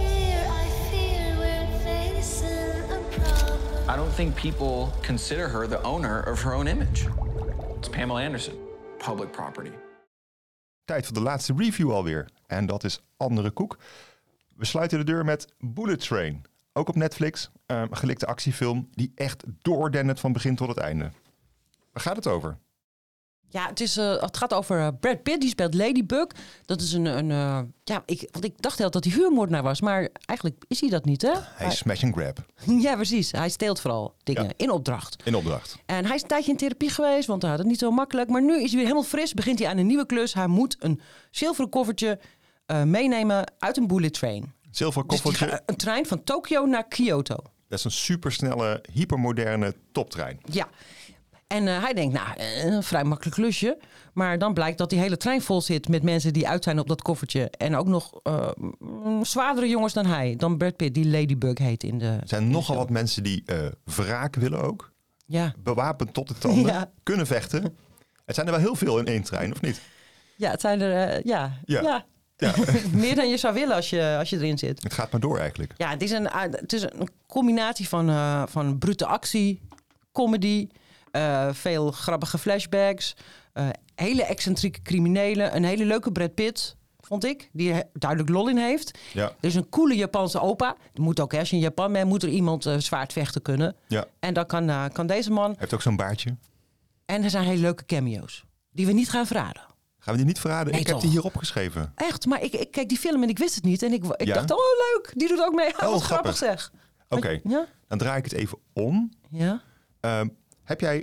I don't think people consider her the owner of her own image. It's Pamela Anderson, public property. Tijd voor de laatste review alweer. En dat is andere koek. We sluiten de deur met Bullet Train. Ook op Netflix. Een gelikte actiefilm die echt doordendert van begin tot het einde. Waar gaat het over? Ja, het, is, uh, het gaat over uh, Brad Pitt, die speelt Ladybug. Dat is een... een uh, ja, ik, want ik dacht heel dat hij huurmoordenaar was, maar eigenlijk is hij dat niet, hè? Hij is smash and grab. Ja, precies. Hij steelt vooral dingen ja. in opdracht. In opdracht. En hij is een tijdje in therapie geweest, want hij had het niet zo makkelijk. Maar nu is hij weer helemaal fris, begint hij aan een nieuwe klus. Hij moet een zilveren koffertje uh, meenemen uit een bullet train. Zilveren koffertje? Dus die, een trein van Tokio naar Kyoto. Dat is een supersnelle, hypermoderne toptrein. Ja. En uh, hij denkt, nou, een vrij makkelijk klusje. Maar dan blijkt dat die hele trein vol zit met mensen die uit zijn op dat koffertje. En ook nog uh, zwaardere jongens dan hij. Dan Brad Pitt, die Ladybug heet in de... Er zijn in nogal wat mensen die uh, wraak willen ook. Ja. Bewapend tot de tanden. Ja. Kunnen vechten. Het zijn er wel heel veel in één trein, of niet? Ja, het zijn er... Uh, ja. Ja. ja. Ja. Meer dan je zou willen als je, als je erin zit. Het gaat maar door eigenlijk. Ja, het is een, het is een combinatie van, uh, van brute actie, comedy... Uh, veel grappige flashbacks. Uh, hele excentrieke criminelen. Een hele leuke Brad Pitt, vond ik. Die er duidelijk lol in heeft. Ja. Er is een coole Japanse opa. Er moet ook, als je in Japan bent, moet er iemand uh, zwaard vechten kunnen. Ja. En dan kan, uh, kan deze man... Heeft ook zo'n baardje. En er zijn hele leuke cameo's. Die we niet gaan verraden. Gaan we die niet verraden? Nee, ik toch? heb die hier opgeschreven. Echt, maar ik, ik keek die film en ik wist het niet. En ik, ik Ja? dacht, oh leuk, die doet ook mee. Oh, wat grappig zeg. Oké, okay. Ja? Dan draai ik het even om. Ja? Uh, heb jij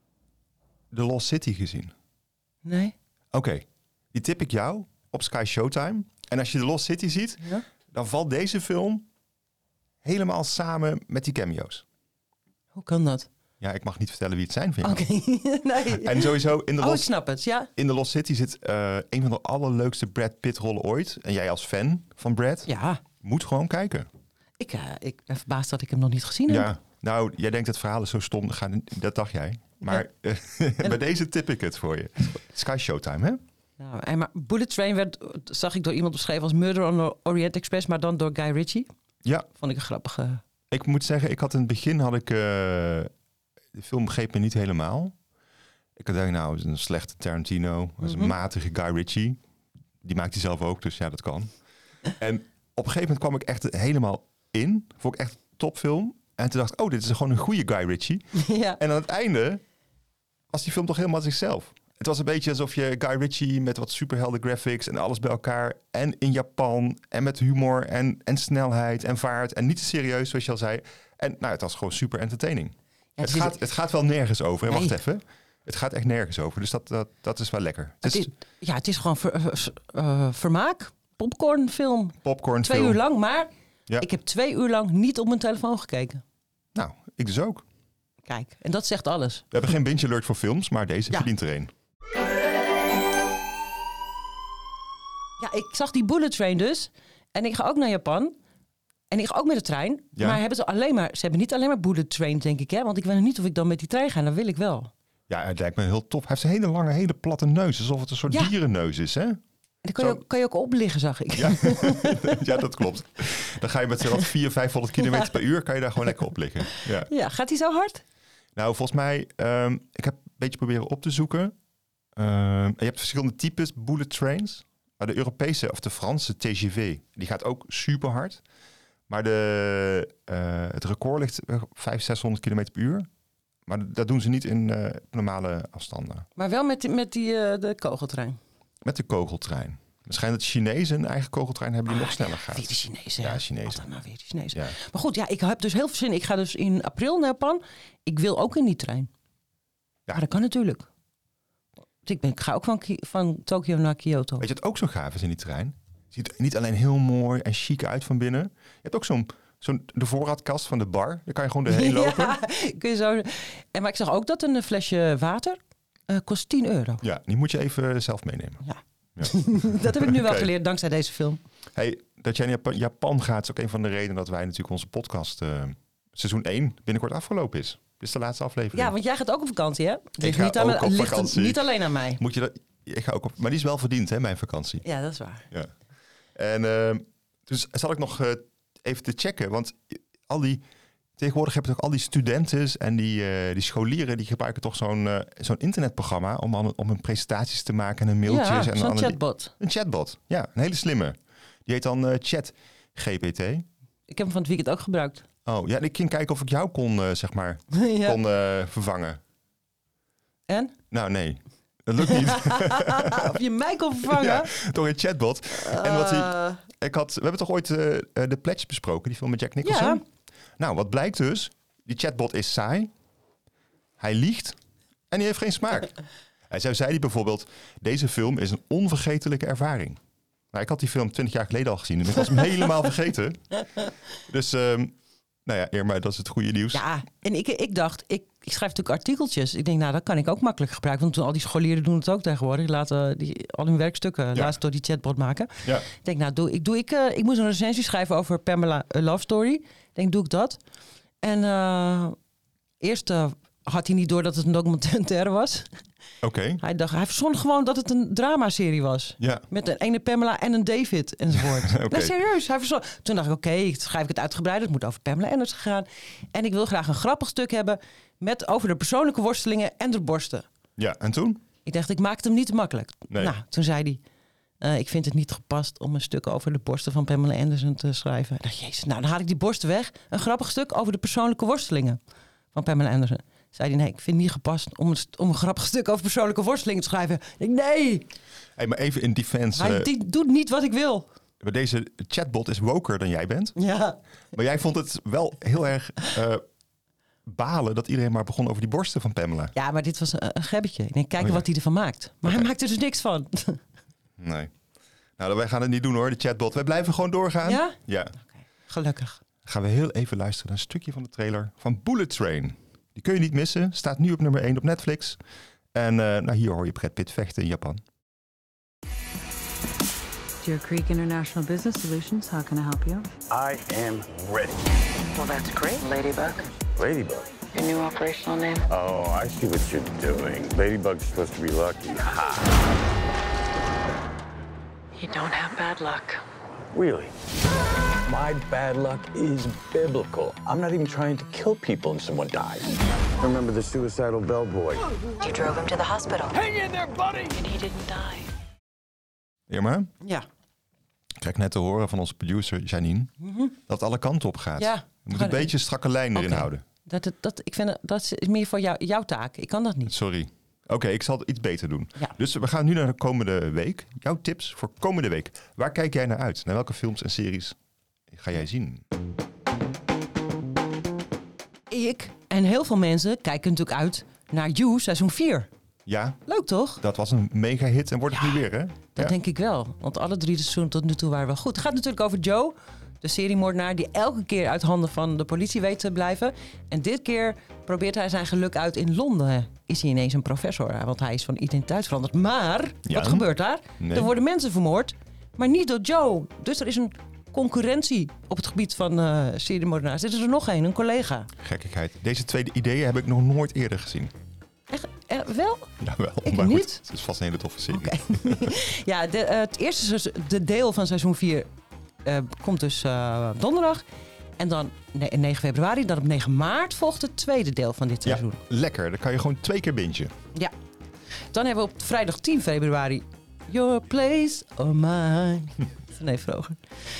The Lost City gezien? Nee. Oké, okay. Die tip ik jou op Sky Showtime. En als je The Lost City ziet, ja? dan valt deze film helemaal samen met die cameo's. Hoe kan dat? Ja, ik mag niet vertellen wie het zijn, vind Oké, okay. nee. En sowieso in The oh, Lost, ik snap het, ja. In The Lost City zit uh, een van de allerleukste Brad Pitt rollen ooit. En jij als fan van Brad, ja. moet gewoon kijken. Ik, uh, ik ben verbaasd dat ik hem nog niet gezien heb. Ja, nou, jij denkt het verhaal is zo stom, dat dacht jij. Maar ja. uh, bij deze tip ik het voor je. Sky Showtime, hè? Nou, en maar Bullet Train werd, zag ik door iemand beschreven als Murder on the Orient Express, maar dan door Guy Ritchie. Ja. Vond ik een grappige... Ik moet zeggen, ik had in het begin had ik... Uh, de film begreep me niet helemaal. Ik had gedacht, nou, het is een slechte Tarantino. Dat is een mm-hmm. matige Guy Ritchie. Die maakt hij zelf ook, dus ja, dat kan. En op een gegeven moment kwam ik echt helemaal in. Vond ik echt een topfilm. En toen dacht ik, oh, dit is gewoon een goede Guy Ritchie. Ja. En aan het einde was die film toch helemaal zichzelf. Het was een beetje alsof je Guy Ritchie met wat superhelden graphics en alles bij elkaar. En in Japan en met humor en, en snelheid en vaart. En niet te serieus, zoals je al zei. En nou, het was gewoon super entertaining. Ja, het, het, gaat, het gaat wel nergens over. Nee. Wacht even. Het gaat echt nergens over. Dus dat, dat, dat is wel lekker. Het is, ja, het is gewoon ver, uh, vermaak. Popcornfilm. Popcornfilm. Twee uur lang, maar ja. ik heb twee uur lang niet op mijn telefoon gekeken. Nou, ik dus ook. Kijk, en dat zegt alles. We hebben geen binge alert voor films, maar deze ja. verdient er een. Ja, ik zag die Bullet Train dus. En ik ga ook naar Japan. En ik ga ook met de trein. Ja. Maar hebben ze alleen maar... Ze hebben niet alleen maar Bullet Train, denk ik. Hè? Want ik weet nog niet of ik dan met die trein ga. Dat wil ik wel. Ja, het lijkt me heel tof. Hij heeft een hele lange, hele platte neus. Alsof het een soort ja. dierenneus is, hè? En dan kan je, ook, kan je ook opliggen, zag ik. Ja, ja, dat klopt. Dan ga je met wat vierhonderd, vijfhonderd kilometer ja. per uur... kan je daar gewoon lekker op liggen. Ja, ja gaat hij zo hard? Nou, volgens mij... Um, ik heb een beetje proberen op te zoeken. Um, je hebt verschillende types bullet trains. Maar de Europese of de Franse T G V... die gaat ook super hard. Maar de, uh, het record ligt op vijfhonderd, zeshonderd kilometer per uur. Maar dat doen ze niet in uh, normale afstanden. Maar wel met, die, met die, uh, de kogeltrein? Met de kogeltrein. Waarschijnlijk dat de Chinezen een eigen kogeltrein hebben die ah, nog sneller ja, gaat. Weer de Chinezen. Ja, Chinezen. Altijd maar weer de Chinezen. Ja. Maar goed, ja, ik heb dus heel veel zin. Ik ga dus in april naar Japan. Ik wil ook in die trein. Ja. Maar dat kan natuurlijk. Ik, ben, ik ga ook van, van Tokio naar Kyoto. Weet je wat ook zo gaaf is in die trein? Ziet er niet alleen heel mooi en chic uit van binnen. Je hebt ook zo'n, zo'n de voorraadkast van de bar. Daar kan je gewoon doorheen lopen. Ja, kun je zo. En maar ik zag ook dat een flesje water uh, kost tien euro. Ja, die moet je even zelf meenemen. Ja. Ja. Dat heb ik nu wel okay. geleerd dankzij deze film. Hey, dat jij naar Japan gaat is ook een van de redenen dat wij natuurlijk onze podcast uh, seizoen één binnenkort afgelopen is. Dit is de laatste aflevering. Ja, want jij gaat ook op vakantie, hè? Het ik ga niet, ook aan, op ligt vakantie. niet alleen aan mij. Moet je dat? Ik ga ook op, maar die is wel verdiend, hè, mijn vakantie. Ja, dat is waar. Ja. En uh, dus zal ik nog uh, even te checken, want al die tegenwoordig heb je toch al die studenten en die, uh, die scholieren die gebruiken toch zo'n uh, zo'n internetprogramma om om hun presentaties te maken en een mailtjes ja, en zo'n dan chatbot. Een chatbot, ja, een hele slimme. Die heet dan uh, Chat G P T. Ik heb hem van het weekend ook gebruikt. Oh ja, ik ging kijken of ik jou kon uh, zeg maar ja. kon uh, vervangen. En? Nou nee. Dat lukt niet. Of je mij kon vervangen? Ja, door een chatbot. Uh... En wat hij, ik had, we hebben toch ooit uh, The Pledge besproken, die film met Jack Nicholson? Ja. Nou, wat blijkt dus? Die chatbot is saai. Hij liegt. En die heeft geen smaak. Hij zei, zei hij bijvoorbeeld, deze film is een onvergetelijke ervaring. Nou, ik had die film twintig jaar geleden al gezien en ik was hem helemaal vergeten. Dus, um, nou ja, Irma, dat is het goede nieuws. Ja, en ik, ik dacht, ik, ik schrijf natuurlijk artikeltjes. Ik denk, nou, dat kan ik ook makkelijk gebruiken. Want al die scholieren doen het ook tegenwoordig. Die laten die, al hun werkstukken ja. laatst door die chatbot maken. Ja. Ik denk, nou, doe, ik, doe ik, uh, ik moest een recensie schrijven over Pamela A Love Story. Ik denk, doe ik dat. En uh, eerst uh, had hij niet door dat het een documentaire was. Oké. Okay. Hij dacht, hij verzon gewoon dat het een dramaserie was. Ja. Met een ene Pamela en een David enzovoort. Okay. Nee, serieus. Hij verzon. Toen dacht ik, oké, okay, schrijf ik het uitgebreid. Het moet over Pamela Anderson gaan. En ik wil graag een grappig stuk hebben met over de persoonlijke worstelingen en de borsten. Ja, en toen? Ik dacht, ik maak het hem niet te makkelijk. Nee. Nou, toen zei hij, uh, ik vind het niet gepast om een stuk over de borsten van Pamela Anderson te schrijven. Ik dacht, jezus, nou dan haal ik die borsten weg. Een grappig stuk over de persoonlijke worstelingen van Pamela Anderson. Zei hij, nee, ik vind het niet gepast om een, om een grappig stuk over persoonlijke worstelingen te schrijven. Ik denk, nee. Hey, maar even in defense. Hij uh, doet niet wat ik wil. Maar deze chatbot is woker dan jij bent. Ja. Maar jij vond het wel heel erg uh, balen dat iedereen maar begon over die borsten van Pamela. Ja, maar dit was een, een gebbetje. Ik denk, kijken oh, ja. wat hij ervan maakt. Maar okay. hij maakt er dus niks van. Nee. Nou, wij gaan het niet doen hoor, de chatbot. Wij blijven gewoon doorgaan. Ja? Ja. Okay. Gelukkig. Gaan we heel even luisteren naar een stukje van de trailer van Bullet Train. Die kun je niet missen. Staat nu op nummer één op Netflix. En uh, nou, hier hoor je Brad Pitt vechten in Japan. Deer Creek International Business Solutions, how can I help you? I am ready. Well, that's great, Ladybug. Ladybug? Your new operational name? Oh, I see what you're doing. Ladybug's supposed to be lucky. Ha! You don't have bad luck. Really? My bad luck is biblical. I'm not even trying to kill people and someone dies. Remember the suicidal bellboy? You drove him to the hospital. Hang in there, buddy! And he didn't die. Irma? Ja. Ik krijg net te horen van onze producer Janine mm-hmm. dat het alle kanten op gaat. Ja. Je moet een beetje een strakke lijn erin okay. houden. Dat, dat, ik vind dat is meer voor jou, jouw taak. Ik kan dat niet. Sorry. Oké, okay, ik zal het iets beter doen. Ja. Dus we gaan nu naar de komende week. Jouw tips voor komende week. Waar kijk jij naar uit? Naar welke films en series ga jij zien? Ik en heel veel mensen kijken natuurlijk uit naar You seizoen vier. Ja. Leuk toch? Dat was een mega hit en wordt het ja, nu weer, hè? Dat ja. denk ik wel. Want alle drie de seizoenen tot nu toe waren wel goed. Het gaat natuurlijk over Joe, de seriemoordenaar die elke keer uit handen van de politie weet te blijven. En dit keer probeert hij zijn geluk uit in Londen. Is hij ineens een professor, want hij is van identiteit veranderd. Maar, ja. wat gebeurt daar? Nee. Er worden mensen vermoord, maar niet door Joe. Dus er is een concurrentie op het gebied van uh, seriemoordenaars. Dit is er nog één, een, een collega. Gekkigheid. Deze twee ideeën heb ik nog nooit eerder gezien. Echt? Eh, wel? Ja, wel. Ik maar niet. Goed, het is vast een hele toffe serie. Okay. ja, de, uh, het eerste de deel van seizoen vier uh, komt dus uh, donderdag. En dan nee, negen februari, dan op negen maart volgt het tweede deel van dit seizoen. Ja, lekker. Dan kan je gewoon twee keer bingen. Ja. Dan hebben we op vrijdag tien februari Your Place or Mine. Nee, vroeger.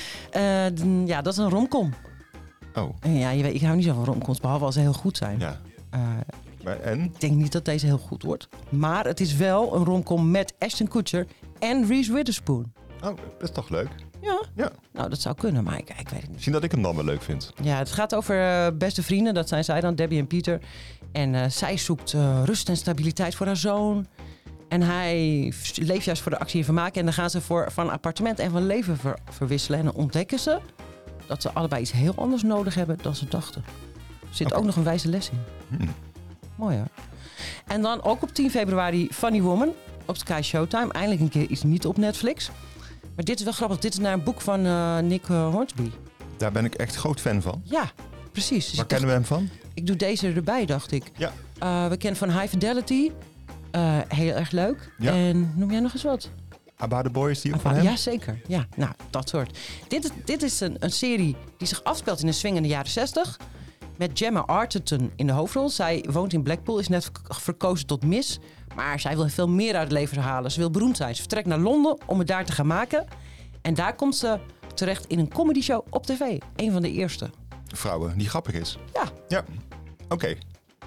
Uh, d- ja, dat is een romcom. Oh. En ja, je weet, ik hou niet zo van romcoms, behalve als ze heel goed zijn. Ja. Uh, maar en? Ik denk niet dat deze heel goed wordt. Maar het is wel een romcom met Ashton Kutcher en Reese Witherspoon. Oh, dat is toch leuk? Ja. ja. Nou, dat zou kunnen, maar ik, ik weet het niet. Misschien dat ik hem dan wel leuk vind. Ja, het gaat over uh, beste vrienden. Dat zijn zij dan, Debbie en Peter. En uh, zij zoekt uh, rust en stabiliteit voor haar zoon. En hij leeft juist voor de actie en vermaak. En dan gaan ze voor, van appartement en van leven ver, verwisselen. En dan ontdekken ze dat ze allebei iets heel anders nodig hebben dan ze dachten. Er zit okay. ook nog een wijze les in. Hmm. Mooi hoor. En dan ook op tien februari Funny Woman op Sky Showtime. Eindelijk een keer iets niet op Netflix. Maar dit is wel grappig. Dit is naar een boek van uh, Nick uh, Hornsby. Daar ben ik echt groot fan van. Ja, precies. Dus waar kennen we hem van? Ik doe deze erbij, dacht ik. Ja. Uh, we kennen van High Fidelity. Uh, heel erg leuk. Ja. En noem jij nog eens wat? About the Boys, die ook Abba, van hem? Ja, zeker. Ja, nou, dat soort. Dit is, dit is een, een serie die zich afspeelt in de swingende jaren zestig. Met Gemma Arterton in de hoofdrol. Zij woont in Blackpool, is net verkozen tot Miss. Maar zij wil veel meer uit het leven halen. Ze wil beroemd zijn. Ze vertrekt naar Londen om het daar te gaan maken. En daar komt ze terecht in een comedyshow op tv. Een van de eerste. Vrouwen, die grappig is. Ja. Ja, oké. Okay.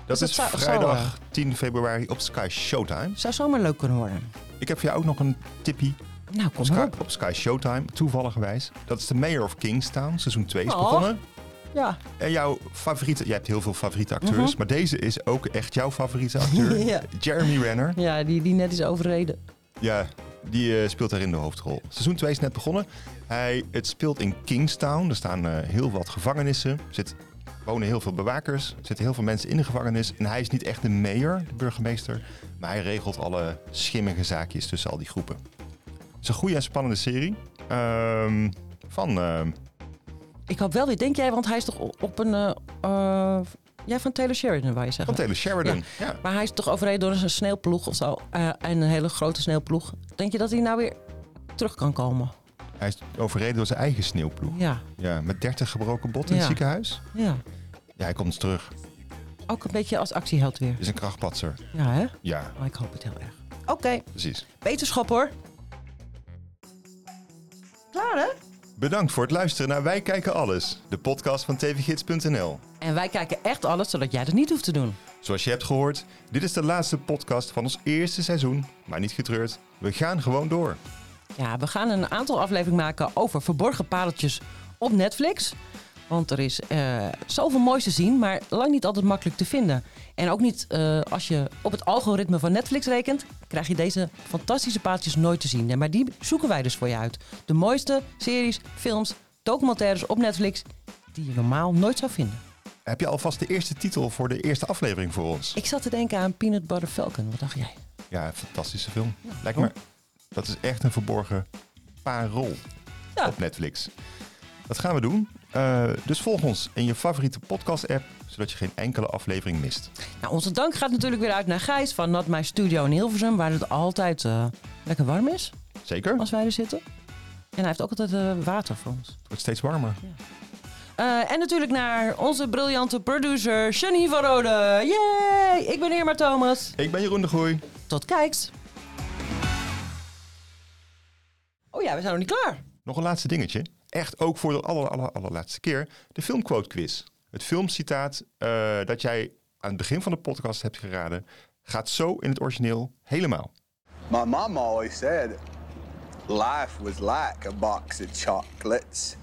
Dat Dus is dat zou- vrijdag zou, uh, tien februari op Sky Showtime. Zou zomaar leuk kunnen worden. Ik heb voor jou ook nog een tippie. Nou, kom Sky, maar op. op Sky Showtime, toevalligerwijs. Dat is The Mayor of Kingstown. Seizoen twee is Oh. begonnen. Ja. En jouw favoriete... Jij hebt heel veel favoriete acteurs. Mhm. Maar deze is ook echt jouw favoriete acteur. Ja. Jeremy Renner. Ja, die, die net is overreden. Ja, die uh, speelt daarin de hoofdrol. Seizoen twee is net begonnen. Hij, het speelt in Kingstown. Er staan uh, heel wat gevangenissen. Er zit, wonen heel veel bewakers. Er zitten heel veel mensen in de gevangenis. En hij is niet echt de mayor, de burgemeester. Maar hij regelt alle schimmige zaakjes tussen al die groepen. Het is een goede en spannende serie. Um, van... Uh, Ik hoop wel weer, denk jij, want hij is toch op een... Uh, uh, ja, van Taylor Sheridan, wou je zeggen. Van Taylor Sheridan, ja. ja. Maar hij is toch overreden door een sneeuwploeg of zo. Uh, en een hele grote sneeuwploeg. Denk je dat hij nou weer terug kan komen? Hij is overreden door zijn eigen sneeuwploeg. Ja. Ja, met dertig gebroken botten in ja. het ziekenhuis. Ja. Ja, hij komt terug. Ook een beetje als actieheld weer. Is een krachtpatser. Ja, hè? Ja. Maar ik hoop het heel erg. Oké. Okay. Precies. Wetenschap, hoor. Klaar, hè? Bedankt voor het luisteren naar Wij Kijken Alles, de podcast van t v gids punt n l. En wij kijken echt alles, zodat jij dat niet hoeft te doen. Zoals je hebt gehoord, dit is de laatste podcast van ons eerste seizoen. Maar niet getreurd, we gaan gewoon door. Ja, we gaan een aantal afleveringen maken over verborgen pareltjes op Netflix. Want er is uh, zoveel moois te zien, maar lang niet altijd makkelijk te vinden. En ook niet uh, als je op het algoritme van Netflix rekent, krijg je deze fantastische pareltjes nooit te zien. Maar die zoeken wij dus voor je uit. De mooiste series, films, documentaires op Netflix die je normaal nooit zou vinden. Heb je alvast de eerste titel voor de eerste aflevering voor ons? Ik zat te denken aan Peanut Butter Falcon. Wat dacht jij? Ja, een fantastische film. Ja, Lijkt me, dat is echt een verborgen parel ja. op Netflix. Dat gaan we doen. Uh, dus volg ons in je favoriete podcast-app, zodat je geen enkele aflevering mist. Nou, onze dank gaat natuurlijk weer uit naar Gijs van Not My Studio in Hilversum, waar het altijd uh, lekker warm is. Zeker. Als wij er zitten. En hij heeft ook altijd uh, water voor ons. Het wordt steeds warmer. Ja. Uh, en natuurlijk naar onze briljante producer, Janine van Rode. Yay! Ik ben Irma Thomas. Ik ben Jeroen de Groei. Tot kijks. Oh ja, we zijn nog niet klaar. Nog een laatste dingetje. Echt ook voor de aller, aller, allerlaatste keer. De filmquote quiz. Het filmcitaat uh, dat jij aan het begin van de podcast hebt geraden, gaat zo in het origineel helemaal. My mom always said life was like a box of chocolates.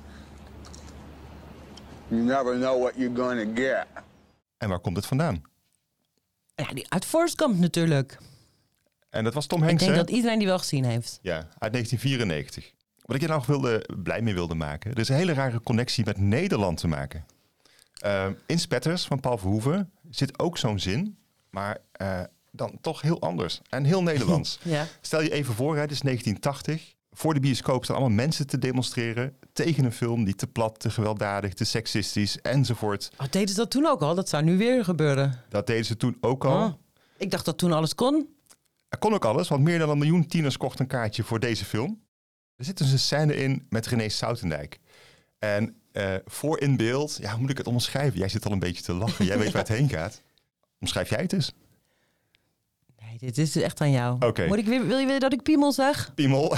You never know what you're gonna get. En waar komt het vandaan? Ja, die uit Forrest Gump natuurlijk. En dat was Tom Hanks, Ik denk hè? dat iedereen die wel gezien heeft. Ja, uit negentien vierennegentig. Wat ik je nou wilde, blij mee wilde maken. Er is een hele rare connectie met Nederland te maken. Uh, in Spetters van Paul Verhoeven zit ook zo'n zin. Maar uh, dan toch heel anders. En heel Nederlands. Ja. Stel je even voor, het is negentien tachtig. Voor de bioscoop staan allemaal mensen te demonstreren tegen een film die te plat, te gewelddadig, te seksistisch enzovoort. Oh, deden ze dat toen ook al? Dat zou nu weer gebeuren. Dat deden ze toen ook al. Oh, ik dacht dat toen alles kon. Er kon ook alles, want meer dan een miljoen tieners kochten een kaartje voor deze film. Er zit dus een scène in met René Soutendijk. En uh, voor in beeld, ja, hoe moet ik het omschrijven? Jij zit al een beetje te lachen. Jij weet ja. waar het heen gaat. Omschrijf jij het eens? Nee, dit is echt aan jou. Okay. Moet ik weer, wil je weer dat ik piemel zeg? Piemel.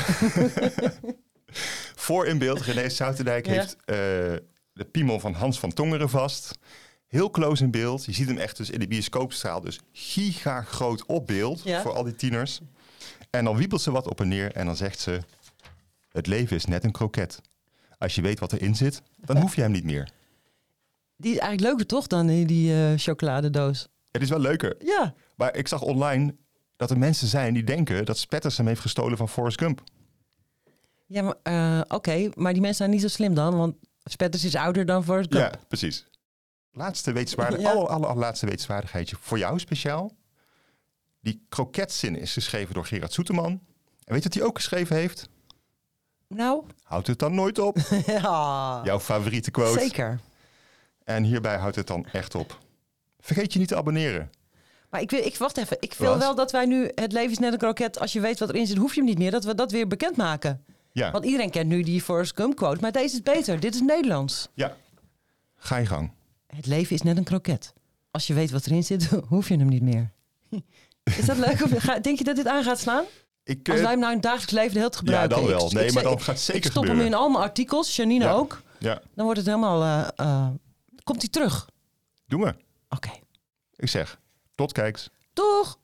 Voor in beeld, René Soutendijk ja. heeft uh, de piemel van Hans van Tongeren vast. Heel close in beeld. Je ziet hem echt dus in de bioscoopstraal. Dus giga groot op beeld ja. voor al die tieners. En dan wiepelt ze wat op en neer en dan zegt ze: het leven is net een kroket. Als je weet wat erin zit, dan ja. hoef je hem niet meer. Die is eigenlijk leuker toch dan die, die uh, chocoladedoos? Het is wel leuker. Ja. Maar ik zag online dat er mensen zijn die denken dat Spetters hem heeft gestolen van Forrest Gump. Ja, maar uh, oké. Okay, maar die mensen zijn niet zo slim dan, want Spetters is ouder dan Forrest Gump. Ja, precies. Laatste wetenswaardig, ja. aller, aller, allerlaatste wetenswaardigheidje voor jou speciaal. Die kroketzin is geschreven door Gerard Soeterman. En weet je wat hij ook geschreven heeft? Nou? Houdt het dan nooit op? Ja. Jouw favoriete quote. Zeker. En hierbij houdt het dan echt op. Vergeet je niet te abonneren. Maar ik, wil, ik wacht even. Ik wil wel dat wij nu het leven is net een kroket. Als je weet wat erin zit, hoef je hem niet meer. Dat we dat weer bekendmaken. Ja. Want iedereen kent nu die Forrest Gump quote. Maar deze is beter. Dit is Nederlands. Ja. Ga je gang. Het leven is net een kroket. Als je weet wat erin zit, hoef je hem niet meer. Is dat leuk? Of ga, denk je dat dit aan gaat slaan? Ik, Als wij hem nou in het dagelijks leven de hele tijd gebruiken. Ja, dan wel. Ik, nee, ik, maar dan ik, gaat het zeker Ik stop gebeuren. hem in al mijn artikels. Janine ja. ook. Ja. Dan wordt het helemaal... Uh, uh, komt hij terug? Doe maar. Oké. Okay. Ik zeg, tot kijks. Doeg!